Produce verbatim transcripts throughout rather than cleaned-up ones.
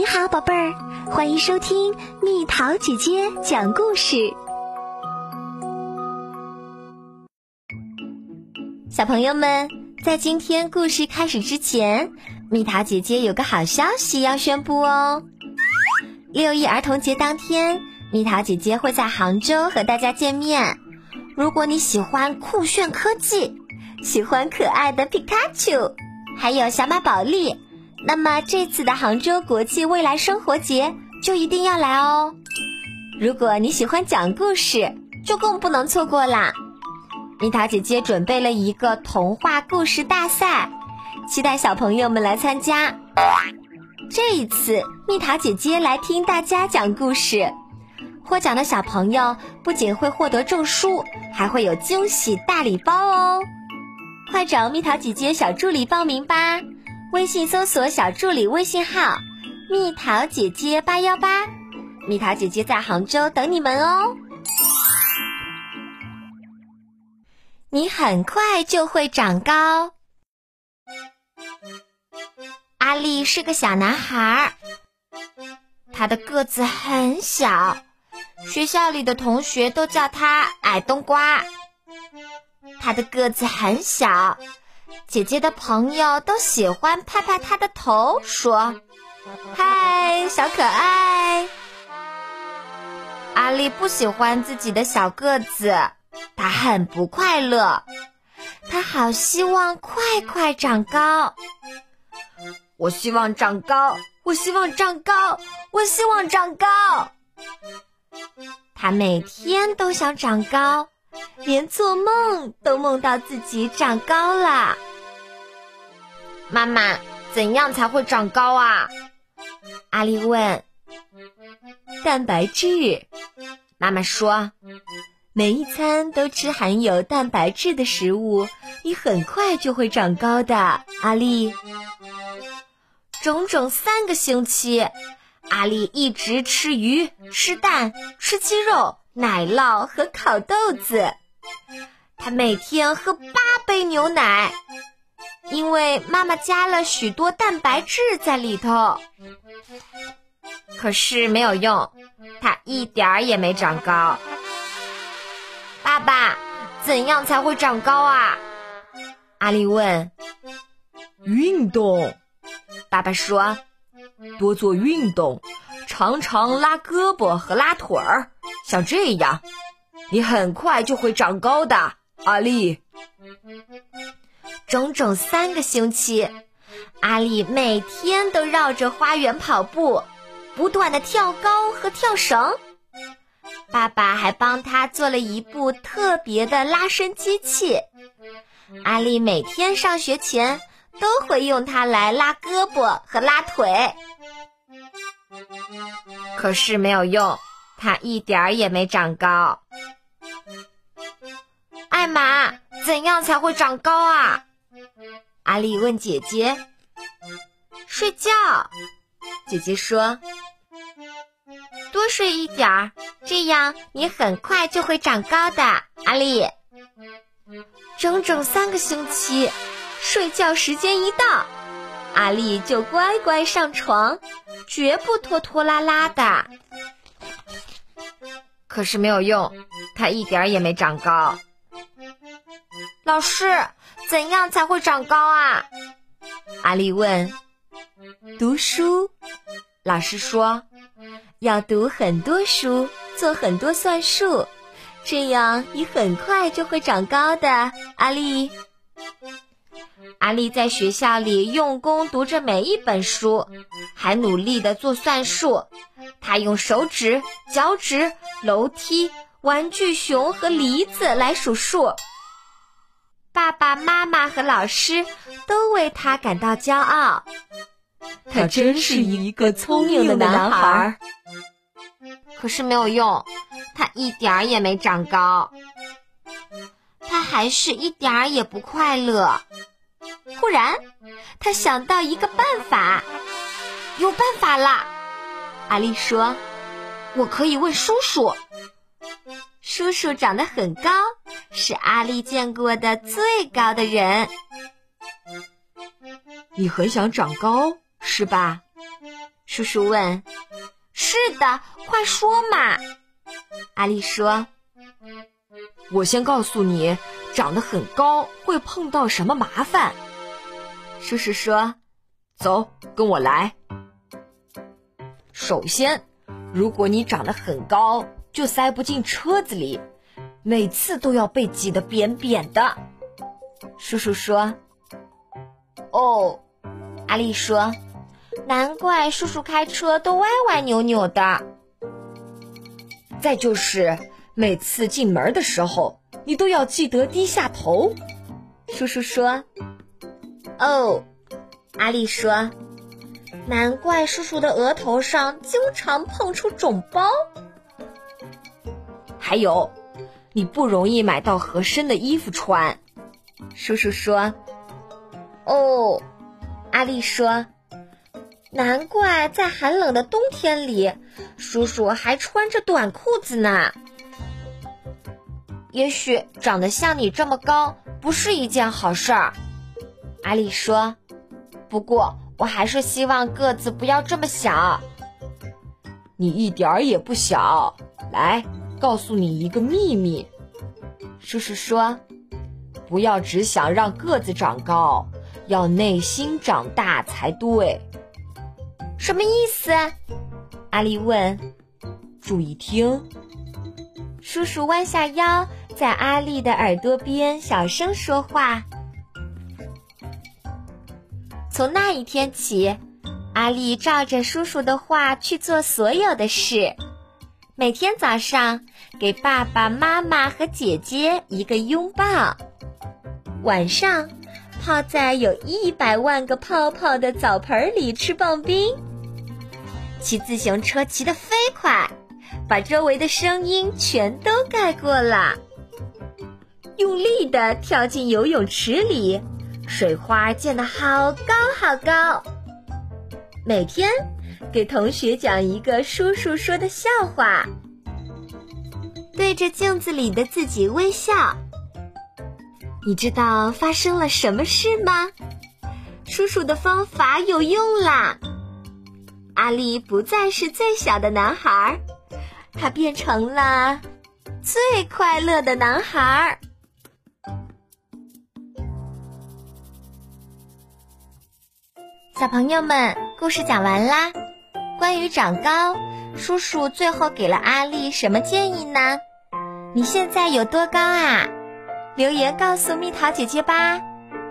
好，宝贝儿，欢迎收听蜜桃姐姐讲故事。小朋友们，在今天故事开始之前，蜜桃姐姐有个好消息要宣布哦。六一儿童节当天，蜜桃姐姐会在杭州和大家见面。如果你喜欢酷炫科技，喜欢可爱的皮卡丘，还有小马宝莉，那么这次的杭州国际未来生活节就一定要来哦。如果你喜欢讲故事，就更不能错过啦。蜜桃姐姐准备了一个童话故事大赛，期待小朋友们来参加。这一次蜜桃姐姐来听大家讲故事，获奖的小朋友不仅会获得证书，还会有惊喜大礼包哦。快找蜜桃姐姐小助理报名吧，微信搜索小助理微信号蜜桃姐姐八一八，蜜桃姐姐在杭州等你们哦。你很快就会长高。阿力是个小男孩，他的个子很小，学校里的同学都叫他矮冬瓜。他的个子很小，姐姐的朋友都喜欢拍拍他的头，说：“嗨，小可爱。”阿力不喜欢自己的小个子，他很不快乐，他好希望快快长高。我希望长高，我希望长高，我希望长高。他每天都想长高，连做梦都梦到自己长高了。妈妈，怎样才会长高啊？阿力问。蛋白质。妈妈说，每一餐都吃含有蛋白质的食物，你很快就会长高的，阿力。整整三个星期，阿力一直吃鱼、吃蛋、吃鸡肉、奶酪和烤豆子。他每天喝八杯牛奶，因为妈妈加了许多蛋白质在里头。可是没有用，他一点儿也没长高。爸爸，怎样才会长高啊？阿力问。 运动。 爸爸说， 多做运动，常常拉胳膊和拉腿儿，像这样，你很快就会长高的，阿力。 整整三个星期，阿力每天都绕着花园跑步，不断地跳高和跳绳。爸爸还帮他做了一部特别的拉伸机器，阿力每天上学前都会用它来拉胳膊和拉腿。可是没有用，他一点儿也没长高。艾玛，怎样才会长高啊？阿力问姐姐。睡觉。姐姐说，多睡一点儿，这样你很快就会长高的，阿力。整整三个星期，睡觉时间一到，阿力就乖乖上床，绝不拖拖拉拉的。可是没有用，他一点也没长高。老师，怎样才会长高啊？阿力问。读书。老师说，要读很多书，做很多算术，这样你很快就会长高的，阿力。阿力在学校里用功读着每一本书，还努力地做算术。他用手指、脚趾、楼梯、玩具熊和梨子来数数。爸爸妈妈和老师都为他感到骄傲。 他真是一个聪明的男孩。 可是没有用，他一点儿也没长高。他还是一点儿也不快乐。忽然，他想到一个办法。有办法啦！阿力说，我可以问叔叔。叔叔长得很高，是阿力见过的最高的人。 你很想长高，是吧？ 叔叔问。是的，快说嘛。阿丽说。 我先告诉你，长得很高会碰到什么麻烦。 叔叔说。 走，跟我来。首先，如果你长得很高，就塞不进车子里，每次都要被挤得扁扁的。 叔叔说。哦，阿丽说，难怪叔叔开车都歪歪扭扭的。 再就是每次进门的时候，你都要记得低下头。 叔叔说。哦，阿丽说，难怪叔叔的额头上经常碰出肿包。 还有，你不容易买到合身的衣服穿。 叔叔说。哦，阿丽说，难怪在寒冷的冬天里，叔叔还穿着短裤子呢。也许长得像你这么高不是一件好事儿，阿丽说。不过我还是希望个子不要这么小。 你一点儿也不小。来，告诉你一个秘密。 叔叔说。 不要只想让个子长高，要内心长大才对。 什么意思？阿丽问。 注意听。 叔叔弯下腰，在阿丽的耳朵边小声说话。从那一天起，阿丽照着叔叔的话去做所有的事。每天早上给爸爸妈妈和姐姐一个拥抱，晚上泡在有一百万个泡泡的澡盆里吃棒冰，骑自行车骑得飞快，把周围的声音全都盖过了，用力地跳进游泳池里，水花溅得好高好高。每天给同学讲一个叔叔说的笑话，对着镜子里的自己微笑。你知道发生了什么事吗？叔叔的方法有用啦！阿丽不再是最小的男孩，他变成了最快乐的男孩。小朋友们，故事讲完啦。关于长高，叔叔最后给了阿丽什么建议呢？你现在有多高啊？留言告诉蜜桃姐姐吧。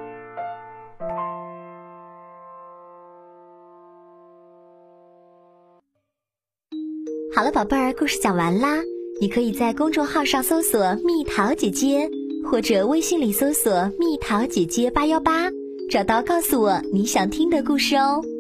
好了，宝贝儿，故事讲完啦。你可以在公众号上搜索蜜桃姐姐，或者微信里搜索蜜桃姐姐八一八，找到告诉我你想听的故事哦。